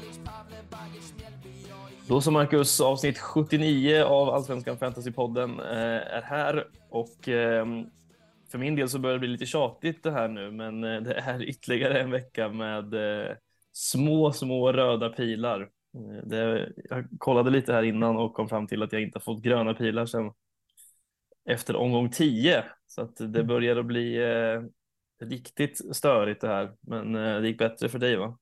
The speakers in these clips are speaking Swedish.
Då så Marcus, avsnitt 79 av Allsvenskan Fantasypodden är här och för min del så börjar det bli lite tjatigt det här nu, men det är ytterligare en vecka med små röda pilar. Jag kollade lite här innan och kom fram till att jag inte har fått gröna pilar sedan efter omgång 10, så att det börjar att bli riktigt störigt det här, men det gick bättre för dig, va?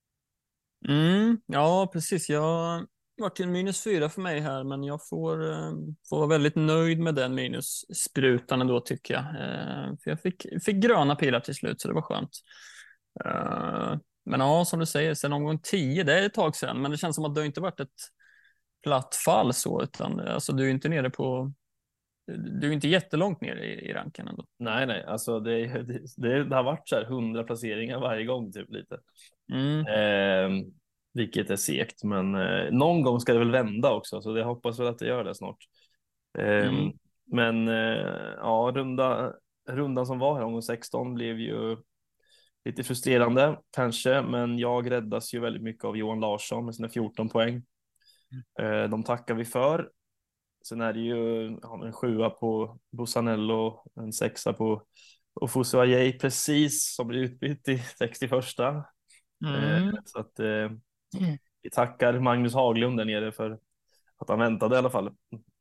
Ja, precis. Jag vart en -4 för mig här, men jag får vara väldigt nöjd med den minussprutan ändå, tycker jag. För jag fick gröna pilar till slut, så det var skönt. Men ja, som du säger, sen omgång 10, det är ett tag sedan, men det känns som att det inte varit ett platt fall så, utan alltså, du är inte nere på... Du är inte jättelångt ner i ranken ändå. Nej, alltså det har varit så här 100 placeringar varje gång typ lite. Mm. Vilket är segt, men någon gång ska det väl vända också, så jag hoppas väl att det gör det snart. Mm. Men ja, rundan som var här, omgång 16, blev ju lite frustrerande kanske, men jag räddas ju väldigt mycket av Johan Larsson med sina 14 poäng. De tackar vi för. Sen är det ju en 7 på Bussanello, en 6 på Ofusu Ajay, precis som blir utbytt i 61:a. Mm. Så att vi tackar Magnus Haglund där nere för att han väntade i alla fall.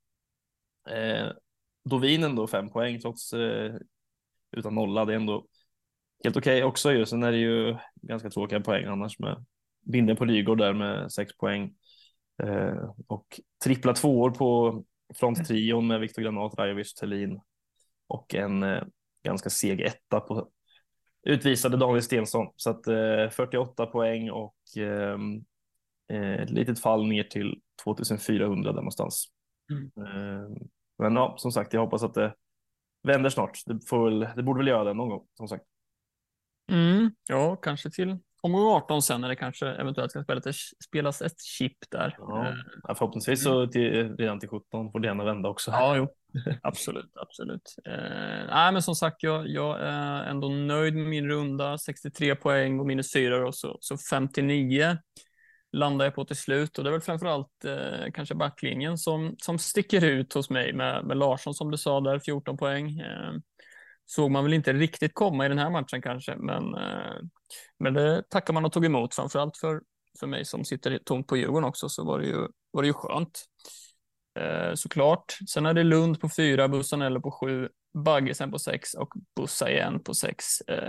Dovinen då 5 poäng trots utan nolla, det är ändå helt okej också ju. Sen är det ju ganska tråkiga poäng annars med Binde på Rygård där med 6 poäng. Och trippla tvåor på fronttrion med Viktor Granat, Rajovic, Thelin och en ganska seg etta på utvisade Daniel Stensson. Så att 48 poäng och ett litet fall ner till 2400 där någonstans. Men ja, som sagt, jag hoppas att det vänder snart. Det borde väl göra det någon gång, som sagt. Ja, kanske till omgång 18 sen, när det kanske eventuellt ska spelas ett chip där. Ja, förhoppningsvis så redan till 17 får det gärna vända också. Ja, jo. Absolut. Nej, men som sagt, jag är ändå nöjd med min runda. 63 poäng och -4 och så 59 landar jag på till slut. Och det är väl framförallt kanske backlinjen som sticker ut hos mig med Larsson, som du sa där, 14 poäng. Såg man väl inte riktigt komma i den här matchen kanske, men det tackar man och tog emot, framförallt för mig som sitter tomt på Djurgården också, så var det ju skönt. Såklart. Sen är det Lund på 4, Bussanello på 7, Baggesen på 6 och Bussa igen på 6.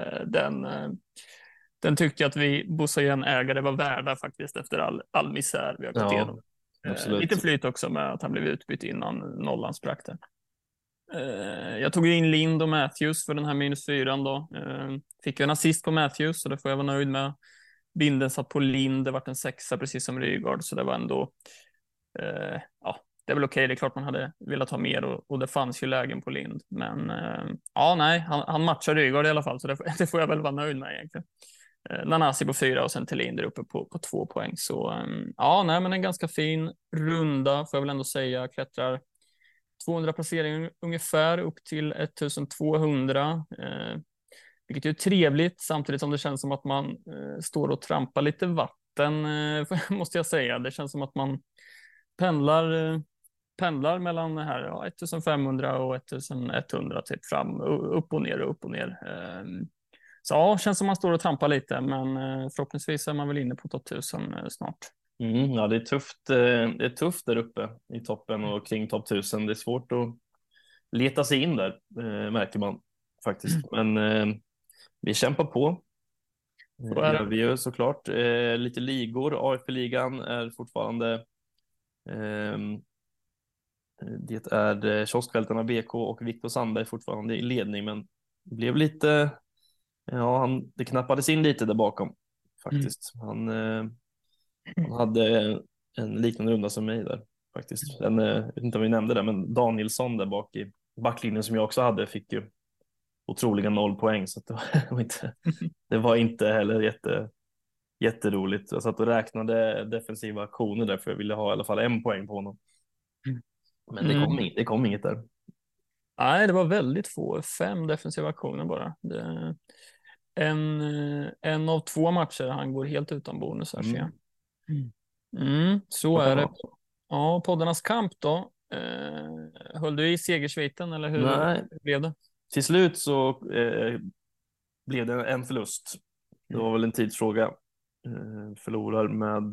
Den tyckte jag att vi Bussa igen ägare var värda faktiskt, efter all misär vi har gått igenom. Absolut. Lite flyt också med att han blev utbytt innan nollan sprack där. Jag tog in Lind och Matthews för den här -4 då. Fick ju en assist på Matthews, så det får jag vara nöjd med. Binden satt på Lind, det var en 6 precis som Rygaard, så det var ändå ja, det är väl okej. Det är klart man hade velat ha mer, och det fanns ju lägen på Lind, men ja, nej, han matchar Rygaard i alla fall, så det får jag väl vara nöjd med egentligen. Nanasi på 4 och sen Thelin där uppe på 2 poäng, så ja, nej, men en ganska fin runda får jag väl ändå säga. Klättrar 200 placeringar ungefär upp till 1200, vilket är trevligt, samtidigt som det känns som att man står och trampar lite vatten, måste jag säga. Det känns som att man pendlar mellan här, ja, 1500 och 1100 typ, fram, upp och ner och upp och ner. Så ja, känns som man står och trampar lite, men förhoppningsvis är man väl inne på topp 1000 snart. Ja, det är tufft där uppe i toppen och kring topp 1000. Det är svårt att leta sig in där, märker man faktiskt. Men vi kämpar på. Det gör vi ju såklart. Lite ligor. AFP-ligan är fortfarande det är kioskvältarna BK och Viktor Sandberg fortfarande i ledning, men det blev lite, ja, det knappades in lite där bakom faktiskt. Han hade en liknande runda som mig där faktiskt. Jag vet inte om vi nämnde det, men Danielsson där bak i backlinjen som jag också hade fick ju otroliga 0 poäng, så att det var inte heller jätteroligt. Jag satt och räknade defensiva aktioner där, för jag ville ha i alla fall 1 poäng på honom. Men det kom inget där. Nej, det var väldigt få. 5 defensiva aktioner bara. En av 2 matcher han går helt utan bonus här, ser jag. Så Så kan är det det. vara. Ja, poddarnas kamp då. Höll du i segersviten eller hur Nej, blev det? till slut så blev det en förlust. Det var väl en tidsfråga. Förlorar med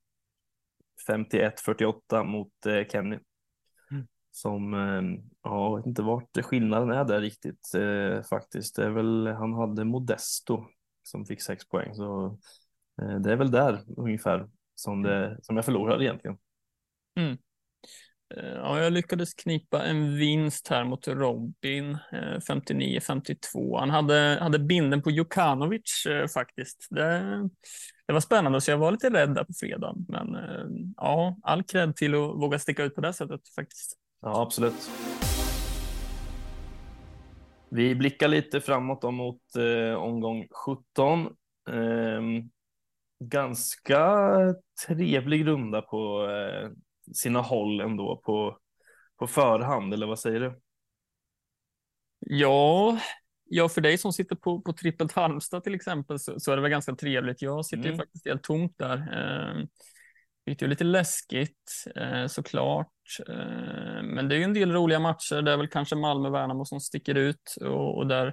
51-48 mot Kenny. Mm. Som, ja, jag vet inte vart skillnaden är där riktigt faktiskt. Det är väl, han hade Modesto som fick 6 poäng. Så det är väl där ungefär som jag förlorade egentligen. Mm. Ja, jag lyckades knipa en vinst här mot Robin, 59-52. Han hade binden på Jokanovic faktiskt. Det var spännande, så jag var lite rädd där på fredagen. Men ja, all cred till att våga sticka ut på det sättet faktiskt. Ja, absolut. Vi blickar lite framåt då mot omgång 17. Ganska trevlig runda på sina håll ändå på förhand, eller vad säger du? Ja, ja, för dig som sitter på trippelt Halmstad till exempel så är det väl ganska trevligt. Jag sitter ju Mm. faktiskt helt tomt där. Det är ju lite läskigt såklart. Men det är ju en del roliga matcher. Det är väl kanske Malmö-Värnamo som sticker ut och där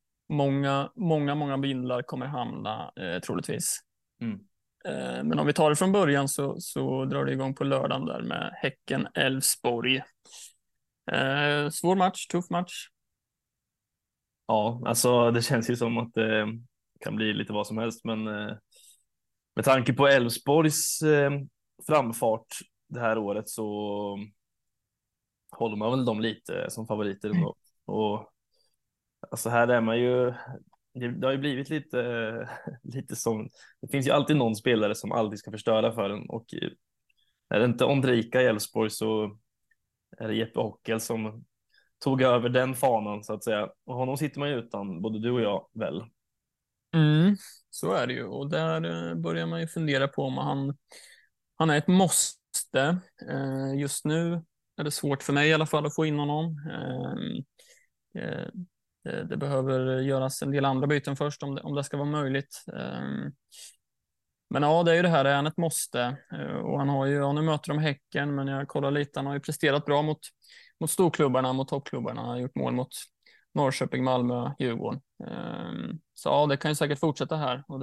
många bindlar kommer hamna troligtvis. Mm. Men om vi tar det från början så drar det igång på lördagen där med Häcken-Elfsborg. Svår match, tuff match. Ja, alltså det känns ju som att det kan bli lite vad som helst, men med tanke på Elfsborgs framfart det här året så håller man väl dem lite som favoriter ändå. Och alltså här är man ju, det har ju blivit lite, lite som, det finns ju alltid någon spelare som alltid ska förstöra för en, och är det inte Ondrejka i Elfsborg så är det Jeppe Ockel som tog över den fanan så att säga. Och honom sitter man ju utan, både du och jag väl. Så är det ju, och där börjar man ju fundera på om han är ett måste. Just nu är det svårt för mig i alla fall att få in honom. Det behöver göras en del andra byten först om det ska vara möjligt. Men ja, det är ju det här, är han ett måste? Och han har ju, ja, nu möter de Häcken, men jag kollar lite, han har ju presterat bra mot storklubbarna, mot toppklubbarna. Han har gjort mål mot Norrköping, Malmö, Djurgården. Så ja, det kan ju säkert fortsätta här, och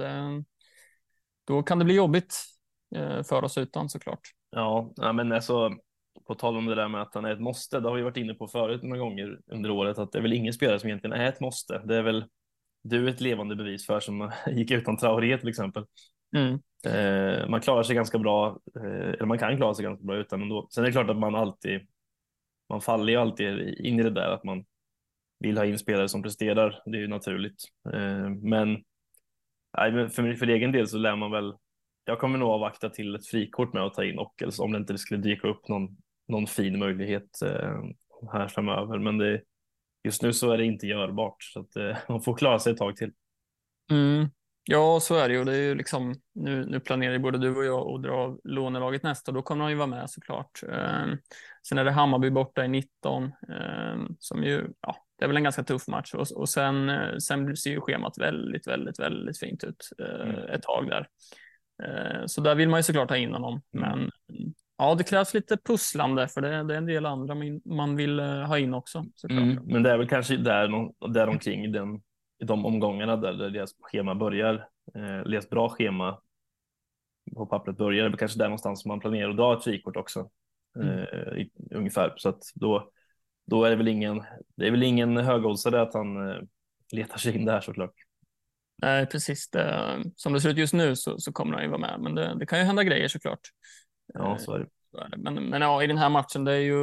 då kan det bli jobbigt för oss utan såklart. Ja, ja, men alltså på tal om det där med att han är ett måste, det har vi varit inne på förut några gånger under året, att det är väl ingen spelare som egentligen är ett måste. Det är väl du ett levande bevis för, som gick utan Traoré till exempel. Mm. Man klarar sig ganska bra, eller man kan klara sig ganska bra utan ändå. Sen är det klart att man faller ju alltid in i det där att man vill ha in spelare som presterar. Det är ju naturligt. Men nej, men för egen del så lär man väl, jag kommer nog avvakta till ett frikort med att ta in Ockels om det inte skulle dyka upp någon fin möjlighet här framöver. Men just nu så är det inte görbart, så att man får klara sig ett tag till. Mm. Ja, så är det ju. Det är ju liksom, nu planerar ju både du och jag att dra av lånelaget nästa, och då kommer han ju vara med såklart. Sen är det Hammarby borta i 19, som ju, ja, det är väl en ganska tuff match. Och sen ser ju schemat väldigt fint ut ett tag där. Så där vill man ju såklart ha in honom. Men ja, det krävs lite pusslande, för det är en del andra man vill ha in också såklart. Men det är väl kanske där omkring i de omgångarna där deras schema börjar. Deras bra schema på pappret börjar. Det är väl kanske där någonstans som man planerar att dra ett frikort också. Ungefär. Så att då är det är väl ingen högoddsare att han letar sig in där såklart. Nej, precis. Som det ser ut just nu så kommer han ju vara med, men det kan ju hända grejer såklart. Ja, så är det. Så är det. Men ja, i den här matchen,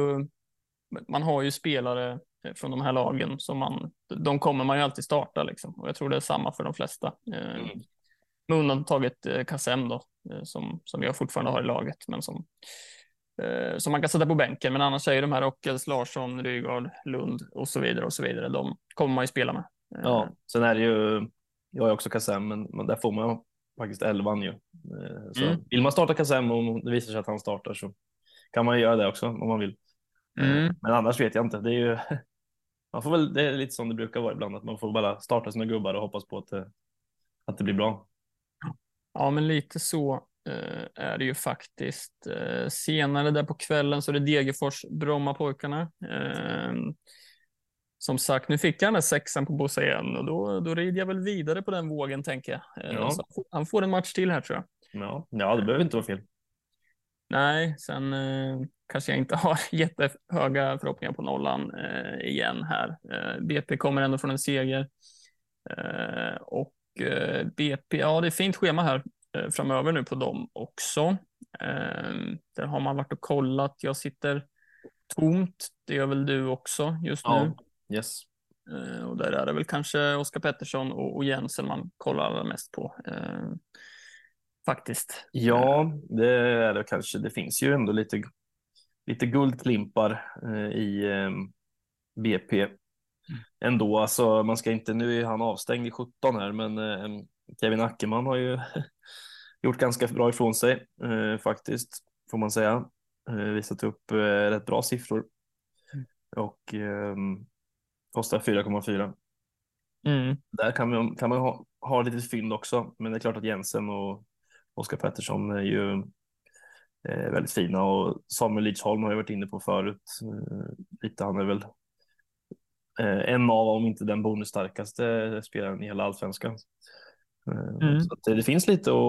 man har ju spelare från de här lagen som de kommer man ju alltid starta liksom. Och jag tror det är samma för de flesta. Med undantaget Kassem då, som jag fortfarande har i laget, men som man kan sätta på bänken. Men annars är ju de här Ockels, Larsson, Rygaard, Lund och så vidare. De kommer man ju spela med. Ja, sen är det ju, jag är också Kassem, men där får man faktiskt 11 ju. Så vill man starta Kassem och det visar sig att han startar så kan man ju göra det också om man vill. Men annars vet jag inte. Det är ju, det är lite som det brukar vara ibland, att man får bara starta sina gubbar och hoppas på att det blir bra. Ja, men lite så är det ju faktiskt senare där på kvällen så är det Degerfors Brommapojkarna. Som sagt, nu fick jag den här 6:an på Bosse igen och då rider jag väl vidare på den vågen tänker jag. Ja. Så han får en match till här tror jag. Ja, det behöver inte vara fel. Nej, sen kanske jag inte har jättehöga förhoppningar på nollan igen här. BP kommer ändå från en seger. Och BP, ja det är fint schema här framöver nu på dem också. Där har man varit och kollat. Jag sitter tomt, det gör väl du också just nu. Yes. Och där är det väl kanske Oskar Pettersson och Jensen man kollar allra mest på. Faktiskt. Ja, det är det kanske. Det finns ju ändå lite guldklimpar i BP ändå. Alltså, man ska inte, nu är han avstängd i 17 här, men Kevin Ackerman har ju gjort ganska bra ifrån sig faktiskt, får man säga. Visat upp rätt bra siffror och kostar 4,4. Där kan man ha lite fynd också, men det är klart att Jensen och Oskar Pettersson är ju väldigt fina och Samuel Lidsholm har jag varit inne på förut. Lite, han är väl en av, om inte den bonusstarkaste spelaren i hela allsvenskan. Så att det finns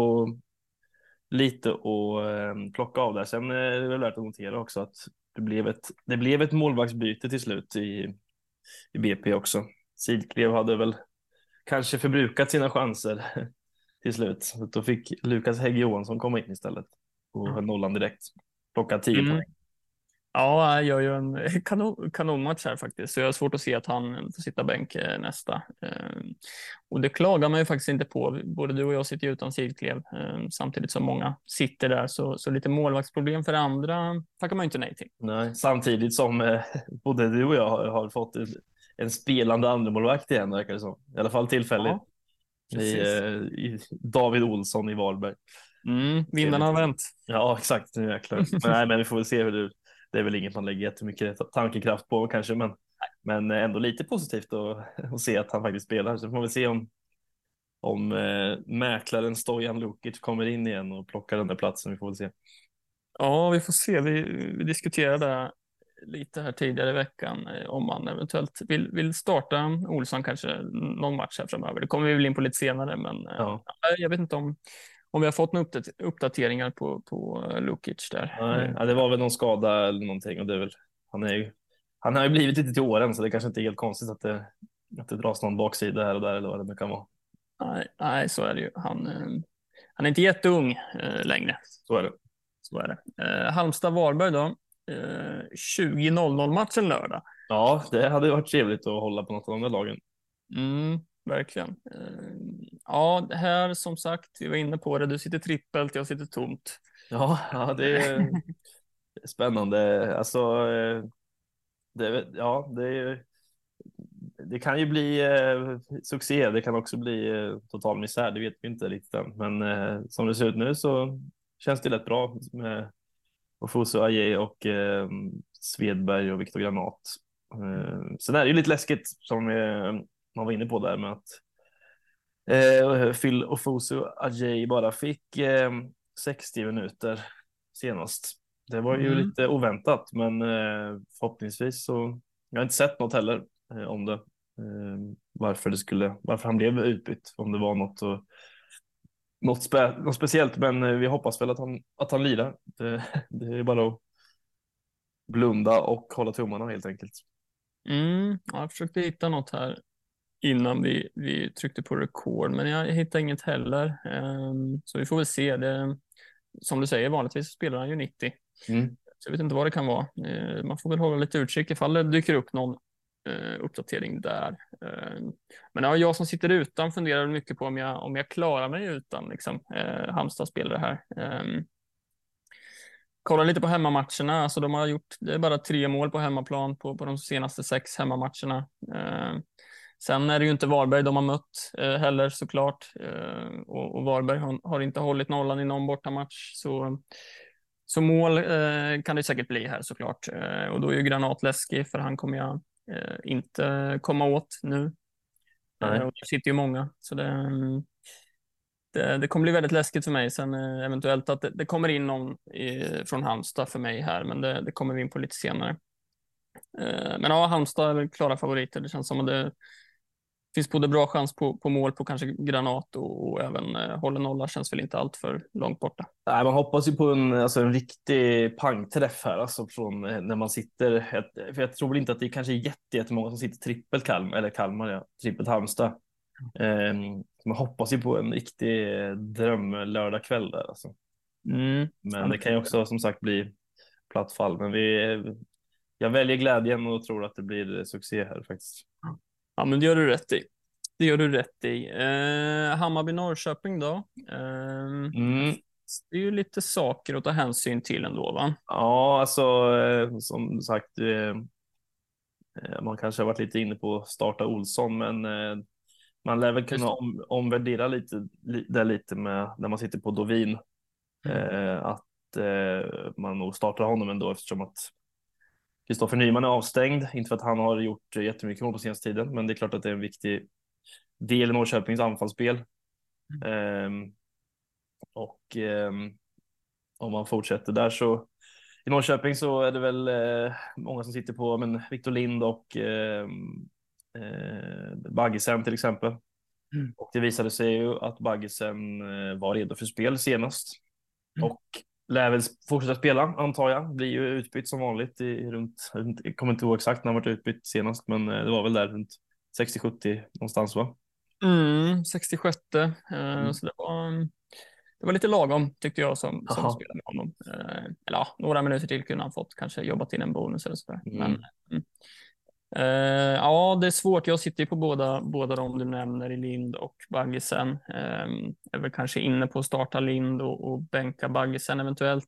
lite att plocka av där. Sen är det väl värt att notera också att det blev ett målvaktsbyte till slut i BP också. Sidklev hade väl kanske förbrukat sina chanser till slut. Så då fick Lukas Hägg Johansson komma in istället och höll nollan direkt. Plockat 10 poäng. Ja, jag gör ju en kanonmatch här faktiskt, så jag har svårt att se att han får sitta bänk nästa. Och det klagar man ju faktiskt inte på. Både du och jag sitter ju utan sidklev samtidigt som många sitter där, så lite målvaktsproblem för andra tackar man ju inte nej till. Nej, samtidigt som både du och jag har fått en spelande andremålvakt igen, verkar det som. I alla fall tillfälligt. Ja, i David Olsson i Varberg. Vindarna har vänt. Ja, exakt. Nu jäklar. Men vi får väl se det är väl inget man lägger jättemycket tankekraft på kanske, men ändå lite positivt att se att han faktiskt spelar. Så får man väl se om mäklaren Stojan Lukic kommer in igen och plockar den där platsen. Vi får väl se. Ja, vi får se. Vi diskuterade lite här tidigare i veckan om man eventuellt vill starta Olsson kanske någon match här framöver. Det kommer vi väl in på lite senare, men jag vet inte om vi har fått några uppdateringar på Lukic där. Nej, det var väl någon skada eller någonting, och det är väl, han har ju blivit lite till åren, så det kanske inte är helt konstigt att det dras någon baksida här och där eller vad det nu kan vara. Nej, så är det ju. Han är inte jätteung längre. Så är det. Halmstad-Varberg då. 20:00 matchen lördag. Ja, det hade varit trevligt att hålla på något av de där lagen. Verkligen. Ja, här som sagt, vi var inne på det. Du sitter trippelt, jag sitter tomt. Ja, det är spännande. Alltså, det kan ju bli succé. Det kan också bli total misär. Det vet vi inte riktigt än. Men som det ser ut nu så känns det rätt bra med Ofosu Aje och Svedberg och Viktor Granat. Sen är det ju lite läskigt som man var inne på där med att Phil Ofosu Aje bara fick 60 minuter senast. Det var ju lite oväntat, men förhoppningsvis så jag har inte sett något heller om det. Varför han blev utbytt, om det var något speciellt, men vi hoppas väl att han lirar. Det är bara att blunda och hålla tummarna helt enkelt. Jag försökte hitta något här innan vi tryckte på record, men jag hittade inget heller. Så vi får väl se. Som du säger, vanligtvis spelar han ju 90. Så jag vet inte vad det kan vara. Man får väl hålla lite utkik ifall det dyker upp någon uppdatering där. Men ja, jag som sitter utan funderar mycket på om jag klarar mig utan liksom, Halmstad-spelare här. Kolla lite på hemmamatcherna. Alltså det är bara 3 mål på hemmaplan på de senaste 6 hemmamatcherna. Sen är det ju inte Varberg de har mött heller såklart. Och Varberg har inte hållit nollan i någon bortamatch. Så mål kan det säkert bli här såklart. Och då är ju Granat läskig, för han kommer jag inte komma åt nu. Och det sitter ju många. Så Det kommer bli väldigt läskigt för mig sen, eventuellt att det kommer in någon från Halmstad för mig här, men det kommer vi in på lite senare. Men ja, Halmstad är väl klara favoriter. Det känns som att det finns både bra chans på mål på kanske Granat och även håller nolla känns väl inte allt för långt borta. Nej, man hoppas ju på en riktig pangträff här, alltså från när man sitter. För jag tror väl inte att det kanske är jättemånga som sitter trippelt Kalmar, ja, trippelt Halmstad. Man hoppas ju på en riktig dröm lördagkväll där alltså. Ja, Men det kan ju också som sagt bli platt fall. Men jag väljer glädjen och tror att det blir succé här faktiskt. Ja, men det gör du rätt i. Det gör du rätt i. Hammarby-Norrköping då? Mm. Det är ju lite saker att ta hänsyn till ändå, va? Ja, alltså som sagt, man kanske har varit lite inne på att starta Olsson, men man lär väl kunna omvärdera lite med när man sitter på Dovin. Att man nog startar honom ändå, eftersom att Kristoffer Nyman är avstängd. Inte för att han har gjort jättemycket mål på senaste tiden, men det är klart att det är en viktig del i Norrköpings anfallsspel. Om man fortsätter där så i Norrköping så är det väl många som sitter på Victor Lind och Baggesen till exempel. Och det visade sig ju att Baggesen var redo för spel senast. Och lär väl fortsätta spela, antar jag. Blir ju utbytt som vanligt jag kommer inte ihåg exakt när han varit utbytt senast, men det var väl där runt 60-70 någonstans, va? 66. Så det var lite lagom tyckte jag som spelade med honom. Eller ja, några minuter till kunde han fått, kanske jobbat in en bonus eller sådär. Men ja, det är svårt. Jag sitter ju på båda de du nämner i Lind och Baggesen. Är väl kanske inne på att starta Lind och bänka Baggesen eventuellt.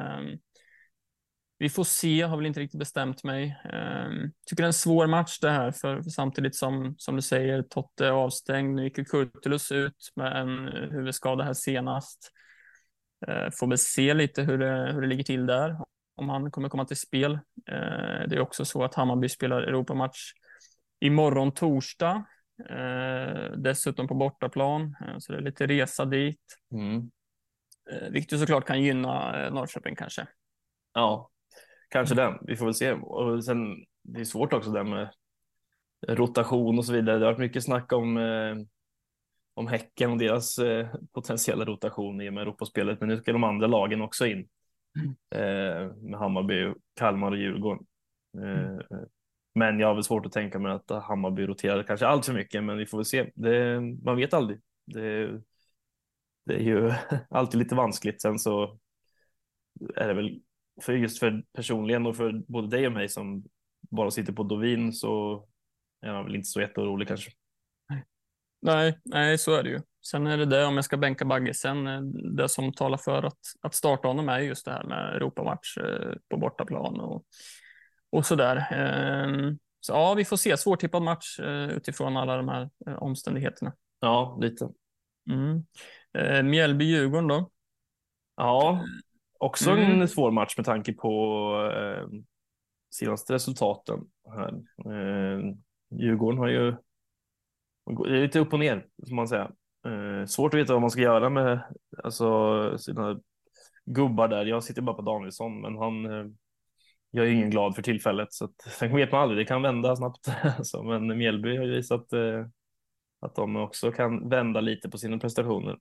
Vi får se, har väl inte riktigt bestämt mig. Tycker det är en svår match det här, för samtidigt som du säger, Totte är avstängd. Nu gick ju Kurtulus ut med en huvudskada här senast. Får väl se lite hur det ligger till där, om han kommer komma till spel. Det är också så att Hammarby spelar Europamatch imorgon torsdag. Dessutom på bortaplan, så det är lite resa dit. Vilket såklart kan gynna Norrköping kanske. Ja, kanske den. Vi får väl se. Och sen, det är svårt också där med rotation och så vidare. Det har varit mycket snack om Häcken och deras potentiella rotation i och med Europaspelet. Men nu ska de andra lagen också in. Med Hammarby, Kalmar och Djurgården. Men jag har väl svårt att tänka mig att Hammarby roterar kanske allt för mycket, men vi får väl se. Man vet aldrig. Det är ju alltid lite vanskligt. Sen så är det väl för personligen och för både dig och mig som bara sitter på Dovin, så är man väl inte så jätteorolig kanske. Nej, så är det ju. Sen är det om jag ska bänka Baggesen, det som talar för att starta honom är just det här med Europamatch på bortaplan och sådär. Så ja, vi får se. Svårtippad match utifrån alla de här omständigheterna. Ja, lite. Mjällby-Djurgården då? Ja, också en svår match med tanke på senaste resultaten här. Djurgården har ju det är lite upp och ner, som man säger. Svårt att veta vad man ska göra med sina gubbar där. Jag sitter bara på Danielsson, men han gör ju ingen glad för tillfället. Så sen vet man aldrig, det kan vända snabbt. Men Mjällby har ju visat att de också kan vända lite på sina prestationer.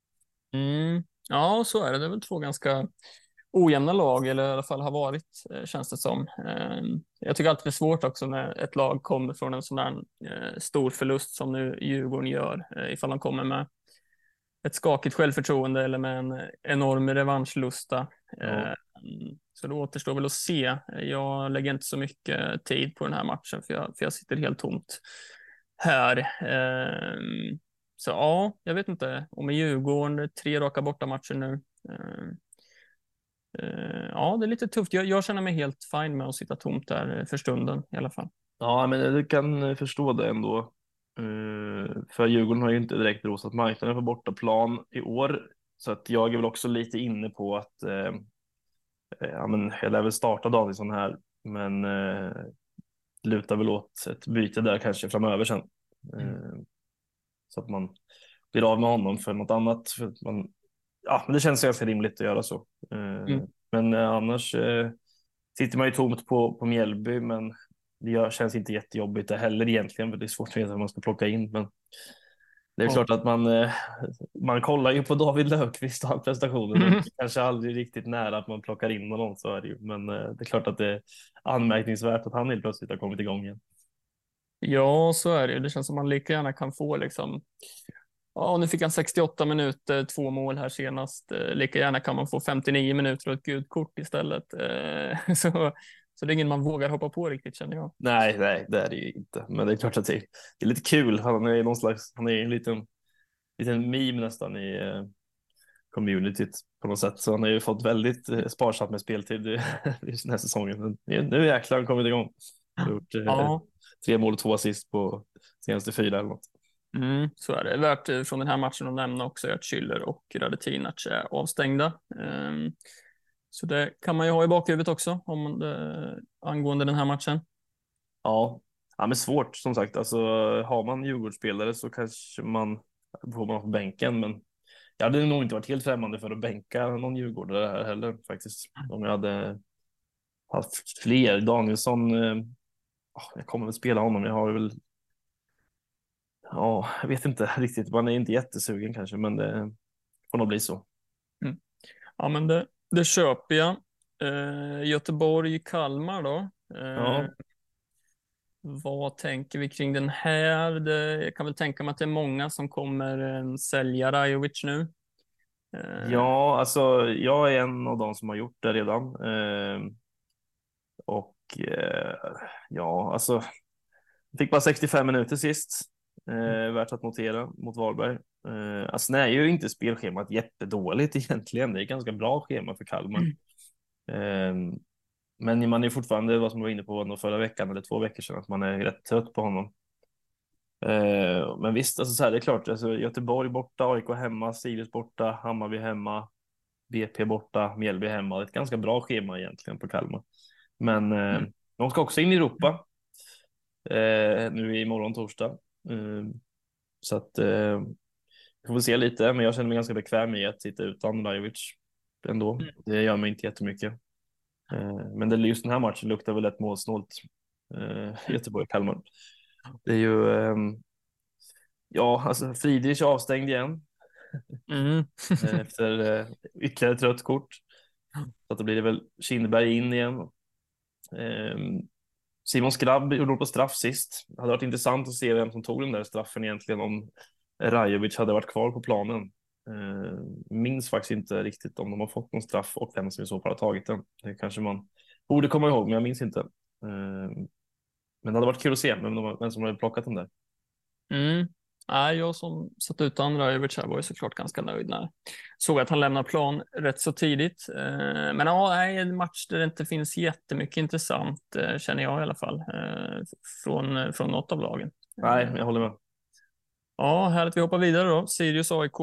Ja, så är det. Det är väl två ganska ojämna lag, eller i alla fall har varit, känns det som. Jag tycker alltid det är svårt också när ett lag kommer från en sån där stor förlust som nu Djurgården gör. Ifall de kommer med ett skakigt självförtroende eller med en enorm revanschlusta. Ja. Så det återstår väl att se. Jag lägger inte så mycket tid på den här matchen, för jag sitter helt tomt här. Så ja, jag vet inte. Och med Djurgården, 3 raka bortamatcher nu. Ja, det är lite tufft. Jag känner mig helt fine med att sitta tomt där för stunden i alla fall. Ja, men du kan förstå det ändå. För Djurgården har ju inte direkt rosat marknaden på bortaplan i år. Så att jag är väl också lite inne på att jag lär väl starta Danielsson här. Men lutar väl åt ett byte där kanske framöver sen. Så att man blir av med honom för något annat. För att ja, men det känns ganska rimligt att göra så. Mm. Men annars sitter man ju tomt på Mjällby, men känns inte jättejobbigt det heller egentligen, för det är svårt att veta vad man ska plocka in. Men det är Ja. klart att man kollar ju på David Löfqvist och hans prestationer, men det är kanske aldrig riktigt nära att man plockar in någon, så är det ju. Men det är klart att det är anmärkningsvärt att han helt plötsligt har kommit igång igen. Ja, så är det ju. Det känns som man lika gärna kan få liksom. Ja, nu fick han 68 minuter, 2 mål här senast. Lika gärna kan man få 59 minuter och ett gult kort istället. Så det är ingen man vågar hoppa på riktigt, känner jag. Nej, det är det ju inte. Men det är klart att det är lite kul. Han är en liten meme nästan i communityt på något sätt. Så han har ju fått väldigt sparsamt med speltid i den här säsongen. Men nu jäklar har han kommit igång. Han har gjort Ja, 3 mål och 2 assist på senaste 4 eller något. så är det. Värt från den här matchen att nämna också att Schüller och Radetinac är avstängda. Så det kan man ju ha i bakhuvudet också angående den här matchen. Ja, men svårt som sagt. Alltså, har man Djurgårdsspelare så kanske får man på bänken. Men jag hade nog inte varit helt främmande för att bänka någon djurgårdare här heller faktiskt. Om jag hade haft fler. Danielsson, jag kommer väl spela honom. Jag har väl, ja, jag vet inte riktigt. Man är inte jättesugen kanske, men det får nog bli så. Mm. Ja, men det köper jag. Göteborg-Kalmar då. Ja, Vad tänker vi kring den här? Jag kan väl tänka mig att det är många som kommer sälja Rajovic nu. ja, alltså jag är en av de som har gjort det redan. Och ja, alltså fick bara 65 minuter sist. Värt att notera mot Varberg. Alltså, nej, är ju inte spelschemat jättedåligt egentligen. Det är ett ganska bra schema för Kalmar. Eh, men man är fortfarande, vad som var inne på förra veckan eller 2 veckor sedan, att man är rätt trött på honom. Men visst, alltså, så här, det är klart. Alltså, Göteborg borta, AIK hemma, Sirius borta, Hammarby hemma, BP borta, Mjällby hemma. Det är ett ganska bra schema egentligen på Kalmar. Men de ska också in i Europa nu imorgon torsdag. Så att vi får se lite, men jag känner mig ganska bekväm i att sitta utan Rajovic ändå. Det gör mig inte jättemycket. Men just den här matchen luktar väl ett målsnålt Göteborg-Kalmar. Det är ju, ja, alltså Friedrich är avstängd igen Mm. efter ytterligare ett rött kort. Så att då blir det väl Kindberg in igen. Simon Skrabb gjorde på straff sist. Det hade varit intressant att se vem som tog den där straffen egentligen om Rajovic hade varit kvar på planen. Minns faktiskt inte riktigt om de har fått någon straff och vem som i så fall har tagit den. Det kanske man borde komma ihåg, men jag minns inte. Men det hade varit kul att se vem som hade plockat den där. Nej, jag som satt utan Rajovic här var ju såklart ganska nöjd när såg att han lämnar plan rätt så tidigt. Men ja, nej, en match där det inte finns jättemycket intressant känner jag i alla fall från något av lagen. Nej, jag håller med. Ja, här att vi hoppar vidare då. Sirius AIK.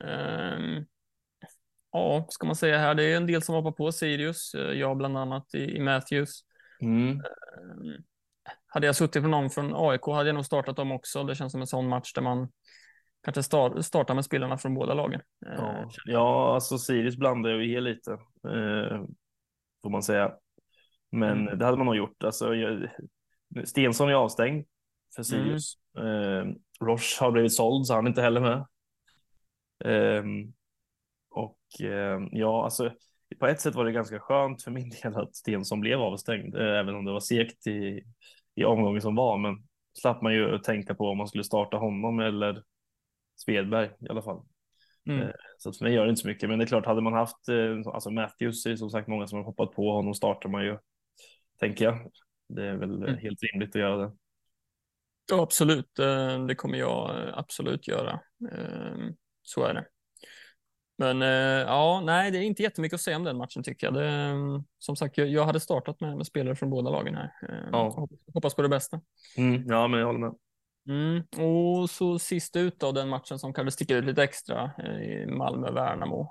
Ja, ska man säga här, det är en del som hoppar på Sirius. Jag bland annat i Matthews. Mm. Hade jag suttit för någon från AIK hade jag nog startat dem också. Det känns som en sån match där man kanske startar med spelarna från båda lagen. Ja, alltså Sirius blandar ju i lite, får man säga. Men det hade man nog gjort. Alltså, Stensson är avstängd för Sirius. Roche har blivit såld, så han är inte heller med. Ja, alltså på ett sätt var det ganska skönt för min del att Stensson blev avstängd, även om det var segt i omgången som var. Men slapp man ju tänka på om man skulle starta honom eller Svedberg i alla fall. Så för mig gör det inte så mycket. Men det är klart, hade man haft alltså Matthews, är som sagt många som har hoppat på honom, startar man ju, tänker jag. Det är väl helt rimligt att göra det. Ja, absolut. Det kommer jag absolut göra. Så är det. Men ja, nej, det är inte jättemycket att säga om den matchen tycker jag. Som sagt, jag hade startat med spelare från båda lagen här. Ja. Hoppas på det bästa. Ja, men jag håller med. Och så sist ut av den matchen som kanske sticker ut lite extra i Malmö-Värnamo.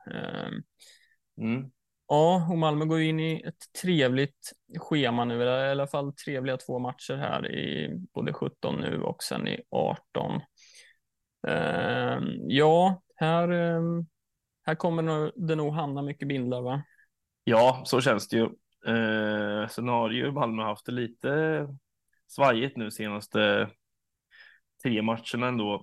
Ja, och Malmö går in i ett trevligt schema nu, eller i alla fall trevliga 2 matcher här i både 17 nu och sen i 18. Ja, här kommer det nog hamna mycket bindlar, va? Ja, så känns det ju. Sen har ju Malmö haft det lite svajigt nu senaste 3 matcherna ändå.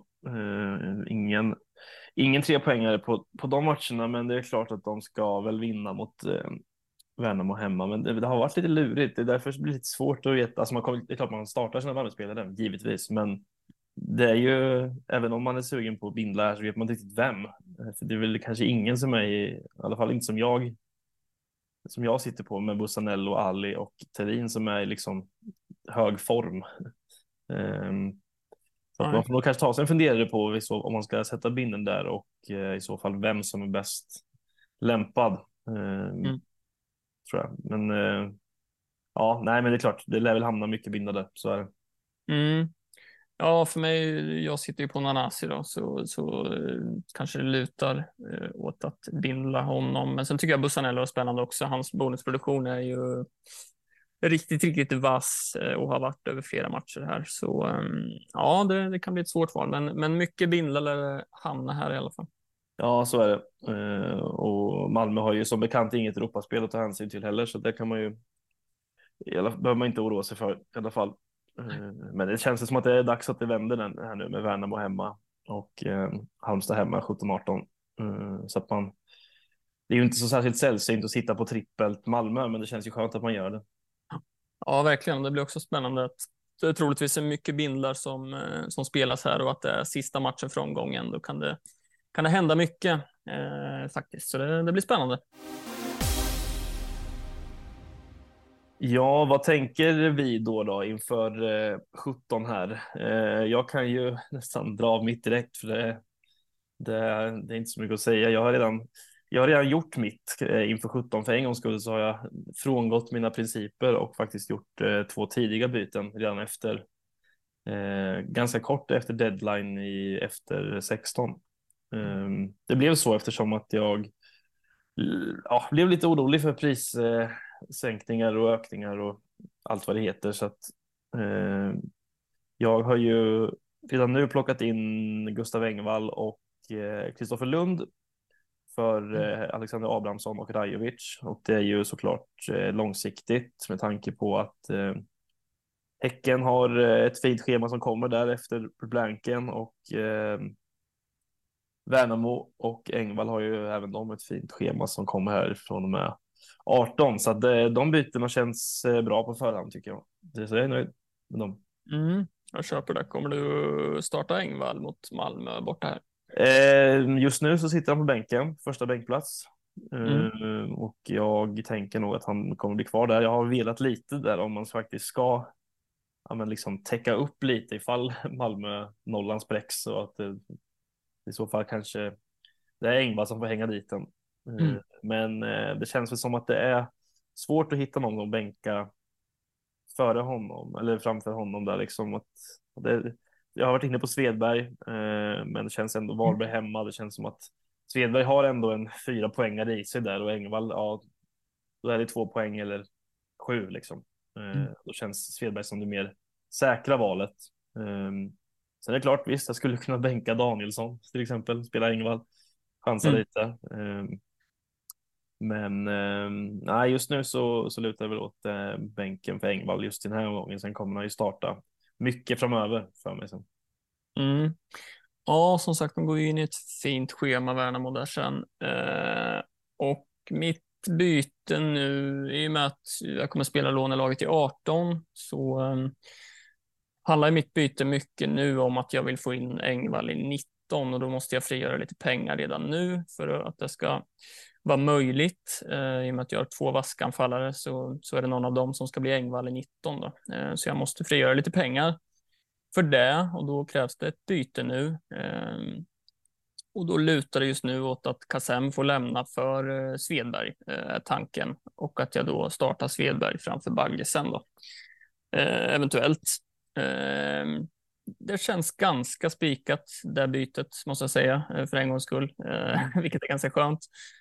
Ingen trepoängare på de matcherna, men det är klart att de ska väl vinna mot Värnamo hemma. Men det har varit lite lurigt. Det är därför det blir lite svårt att veta. Alltså det är klart man startar sina Malmöspelare, givetvis. Men det är ju, även om man är sugen på att bindla här så vet man inte riktigt vem. För det är väl kanske ingen som är i alla fall inte som jag sitter på med Bussanello, Ali och Thelin som är i liksom hög form. Um, så att man Nej. får nog kanske ta sig en funderare på om man ska sätta binden där och i så fall vem som är bäst lämpad. Mm. Tror jag. Men ja, nej, men det är klart, det lär väl hamna mycket bindade, så är det. Mm. Ja, för mig, jag sitter ju på Nanasi då, så kanske det lutar åt att bindla honom. Men sen tycker jag Bussanello är spännande också. Hans bonusproduktion är ju riktigt, riktigt vass och har varit över flera matcher här. Så ja, det kan bli ett svårt val, men mycket bindla lär hamna här i alla fall. Ja, så är det. Och Malmö har ju som bekant inget Europaspel att ta hänsyn till heller, så det kan man ju behöver man inte oroa sig för i alla fall. Men det känns som att det är dags att det vänder den här nu med Värnamo hemma och Halmstad hemma 17-18. Så att det är ju inte så särskilt sällsynt att sitta på trippelt Malmö, men det känns ju skönt att man gör det. Ja, verkligen. Det blir också spännande att det troligtvis är mycket bindlar som spelas här och att det är sista matchen för omgången. Då kan det hända mycket faktiskt, så det blir spännande. Ja, vad tänker vi då inför 17 här? Jag kan ju nästan dra av mitt direkt för det är inte så mycket att säga. Jag har redan gjort mitt inför 17. För en gångs skull så har jag frångått mina principer och faktiskt gjort 2 tidiga byten redan efter ganska kort efter deadline efter 16. Det blev så eftersom att jag blev lite orolig för prissänkningar och ökningar och allt vad det heter. Så att jag har ju redan nu plockat in Gustav Engvall och Kristoffer Lund för Alexander Abrahamsson och Rajovic. Och det är ju såklart långsiktigt med tanke på att Häcken har ett fint schema som kommer där efter blanken och Värnamo och Engvall har ju även de ett fint schema som kommer här från och med 18. Så att de bytena känns bra på förhand tycker jag. Så jag är nöjd med dem. Jag köper det. Kommer du starta Engvall mot Malmö borta här? Just nu så sitter han på bänken, första bänkplats. Mm. Och jag tänker nog att han kommer bli kvar där. Jag har velat lite där om man faktiskt ska men liksom täcka upp lite ifall Malmö nollan spräcks så att i så fall kanske det är Engvall som får hänga dit den. Mm. Men det känns väl som att det är svårt att hitta någon att bänka före honom eller framför honom där liksom jag har varit inne på Svedberg men det känns ändå Varberg hemma. Det känns som att Svedberg har ändå en 4 poängare i sig där och Engvall, ja, då är det 2 poäng eller 7 liksom. Då känns Svedberg som det mer säkra valet. Sen är det klart, visst, jag skulle kunna bänka Danielsson till exempel, spela Engvall, chansa Mm. lite. Men nej, just nu så lutar det väl åt bänken för Engvall just den här gången. Sen kommer han ju starta mycket framöver för mig sen. Mm. Ja, som sagt, de går ju in i ett fint schema, Värnamo där sen. Och mitt byte nu, i och med att jag kommer spela lånelaget i 18, så handlar mitt byte mycket nu om att jag vill få in Engvall i 19 och då måste jag frigöra lite pengar redan nu för att det ska vara möjligt. I och med att jag har 2 vaskanfallare så är det någon av dem som ska bli Engvall i 19 då. Så jag måste frigöra lite pengar för det och då krävs det ett byte nu. Och då lutar det just nu åt att Kassem får lämna för Svedberg, tanken. Och att jag då startar Svedberg framför Bagge sen då. Eventuellt. Det känns ganska spikat, det bytet, måste jag säga, för en gångs skull. Vilket är ganska skönt.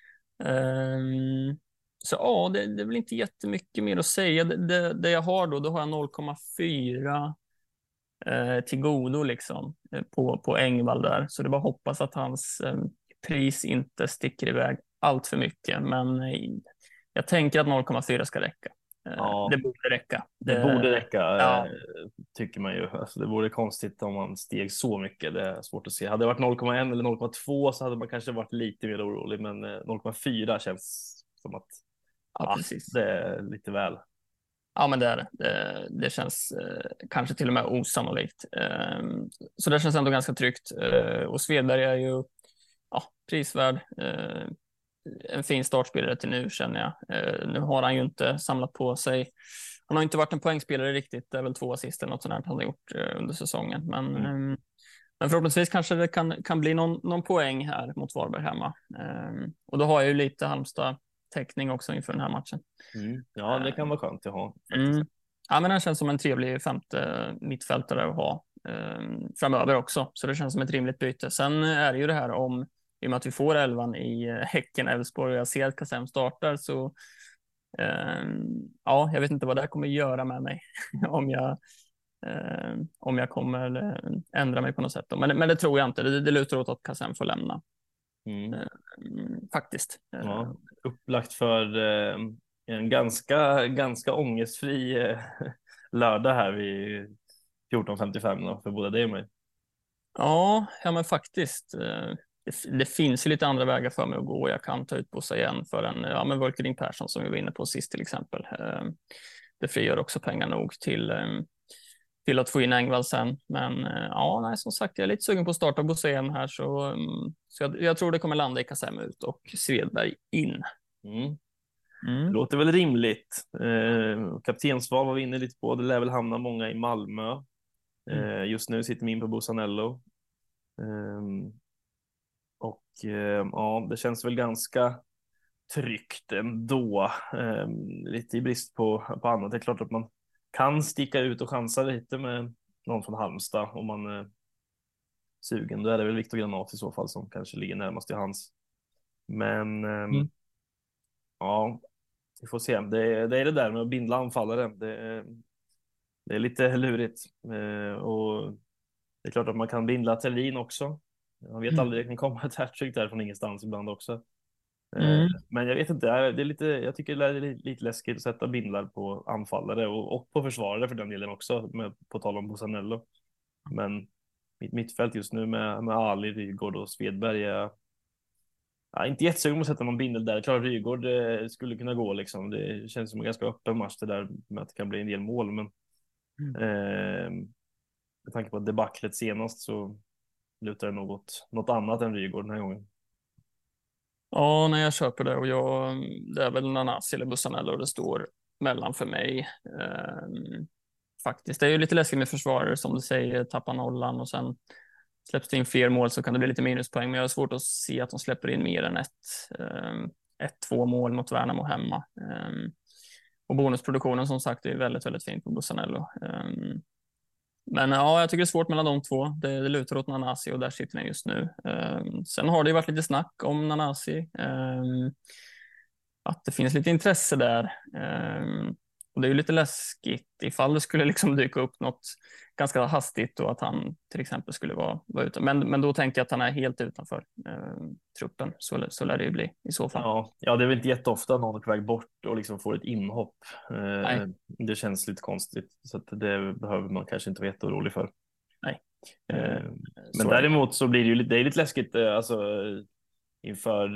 Så ja, det är väl inte jättemycket mer att säga. Det jag har då har jag 0,4 till godo liksom, på Engvall där. Så det är bara hoppas att hans pris inte sticker iväg allt för mycket. Men jag tänker att 0,4 ska räcka. Ja, Det borde räcka. det borde räcka, Ja, tycker man ju. Alltså, det vore konstigt om man steg så mycket. Det är svårt att se. Hade det varit 0,1 eller 0,2 så hade man kanske varit lite mer orolig. Men 0,4 känns som att ja, precis. det är lite väl. Ja, men det är det. Det känns kanske till och med osannolikt. Så det känns ändå ganska tryggt. Och Svedberg är ju prisvärd. En fin startspelare till nu, känner jag. Nu har han ju inte samlat på sig. Han har inte varit en poängspelare riktigt. Det är väl 2 assist eller något sånt här han har gjort under säsongen. Men förhoppningsvis kanske det kan bli någon poäng här mot Varberg hemma. Och då har jag ju lite Halmstad-täckning också inför den här matchen. Ja, det kan vara skönt att ha. Ja, men han känns som en trevlig femte mittfältare att ha framöver också. Så det känns som ett rimligt byte. Sen är det ju det här om, i och med att vi får 11 i Häcken, Elfsborg och jag ser att Kassem startar, så ja, jag vet inte vad det här kommer göra med mig om jag kommer ändra mig på något sätt. Men det tror jag inte. Det lutar åt att Kassem får lämna. Faktiskt. Ja, upplagt för en ganska ångestfri lördag här vid 14.55 för både dig och mig. Ja, men faktiskt. Det finns ju lite andra vägar för mig att gå. Jag kan ta ut Bossa igen för en Volkerding Persson som vi var inne på sist till exempel. Det frigör också pengar nog till att få in Engvall sen. Men som sagt, jag är lite sugen på att starta Bossa igen här. Så jag tror det kommer landa i Kassem ut och Svedberg in. Det låter väl rimligt. Kaptensval var vi inne lite på. Det lär väl hamna många i Malmö. Just nu sitter min på Bosanello. Det känns väl ganska tryggt ändå. Lite i brist på annat. Det är klart att man kan sticka ut och chansa lite med någon från Halmstad om man är sugen. Då är det väl Viktor Granat i så fall som kanske ligger närmast i hans. Men vi får se. Det är det där med att bindla anfallare. Det är lite lurigt. Och det är klart att man kan bindla Thelin också. Man vet aldrig, det kan komma ett hattrick där från ingenstans ibland också. Men jag vet inte, jag tycker det är lite läskigt att sätta bindlar på anfallare och på försvarare för den delen också, på tal om Bosanello. Men mitt mittfält just nu med Ali, Rygaard och Svedberg är inte jättesugen att sätta någon bindel där. Klart Rygaard skulle kunna gå liksom. Det känns som en ganska öppen match det där med att det kan bli en del mål, men med tanke på debaclet senast så lutar det något annat än Rygaard den här gången. Ja, när jag köper det och det är väl Nanasi eller Bussanello det står mellan för mig. Faktiskt, det är ju lite läskigt med försvarare som du säger, tappa nollan och sen släpps det in fler mål så kan det bli lite minuspoäng, men jag har svårt att se att de släpper in mer än 1-2 mål mot Värnamo hemma. Och bonusproduktionen som sagt är väldigt, väldigt fint på Bussanello. Men jag tycker det är svårt mellan de två. Det lutar åt Nanasi och där sitter den just nu. Sen har det ju varit lite snack om Nanasi. Att det finns lite intresse där. Och det är ju lite läskigt ifall det skulle liksom dyka upp något ganska hastigt och att han till exempel skulle vara ute. Men då tänker jag att han är helt utanför truppen. Så lär det ju bli i så fall. Ja, det är väl inte jätteofta någon är på väg bort och liksom får ett inhopp. Det känns lite konstigt. Så att det behöver man kanske inte vara jätteorolig för. Nej. Men däremot så blir det ju lite läskigt alltså, inför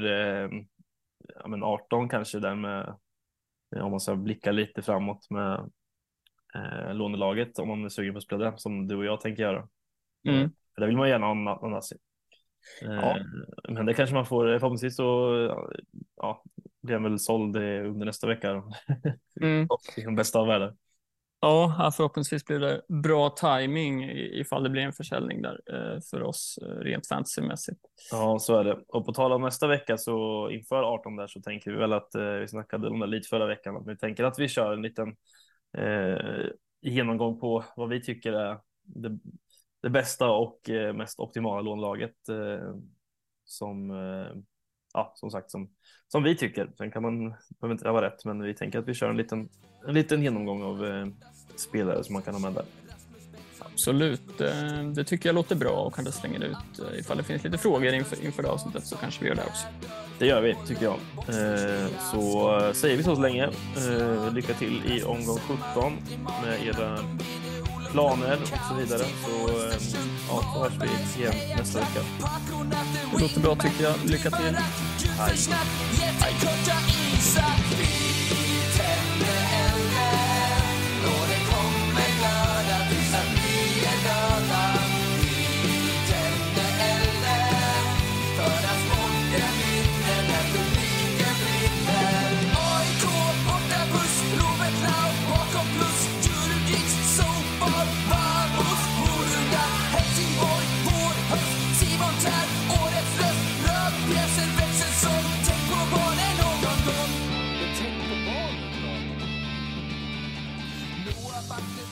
18 kanske där med, om man ska blicka lite framåt med lånelaget, om man är sugen på att spela det som du och jag tänker göra. För där vill man gärna ha någon Nazi. Men det kanske man får, förhoppningsvis så blir han väl såld under nästa vecka. Och i den bästa av världar. Ja, förhoppningsvis blir det bra timing ifall det blir en försäljning där för oss rent fantasymässigt. Ja, så är det. Och på tal om nästa vecka så inför 18 där så tänker vi väl att vi snackade om det lite förra veckan. Att vi tänker att vi kör en liten genomgång på vad vi tycker är det bästa och mest optimala lånlaget som sagt som vi tycker. Sen kan man behöver inte vara rätt, men vi tänker att vi kör en liten genomgång av spelare som man kan ha med där. Absolut, det tycker jag låter bra och kan du slänga ut ifall det finns lite frågor inför det avsnittet så kanske vi gör det också. Det gör vi, tycker jag. Så säger vi så länge. Lycka till i omgång 17 med era planer och så vidare. Så hörs vi igen nästa vecka. Det låter bra tycker jag. Lycka till. Hej. Tänk på barnen.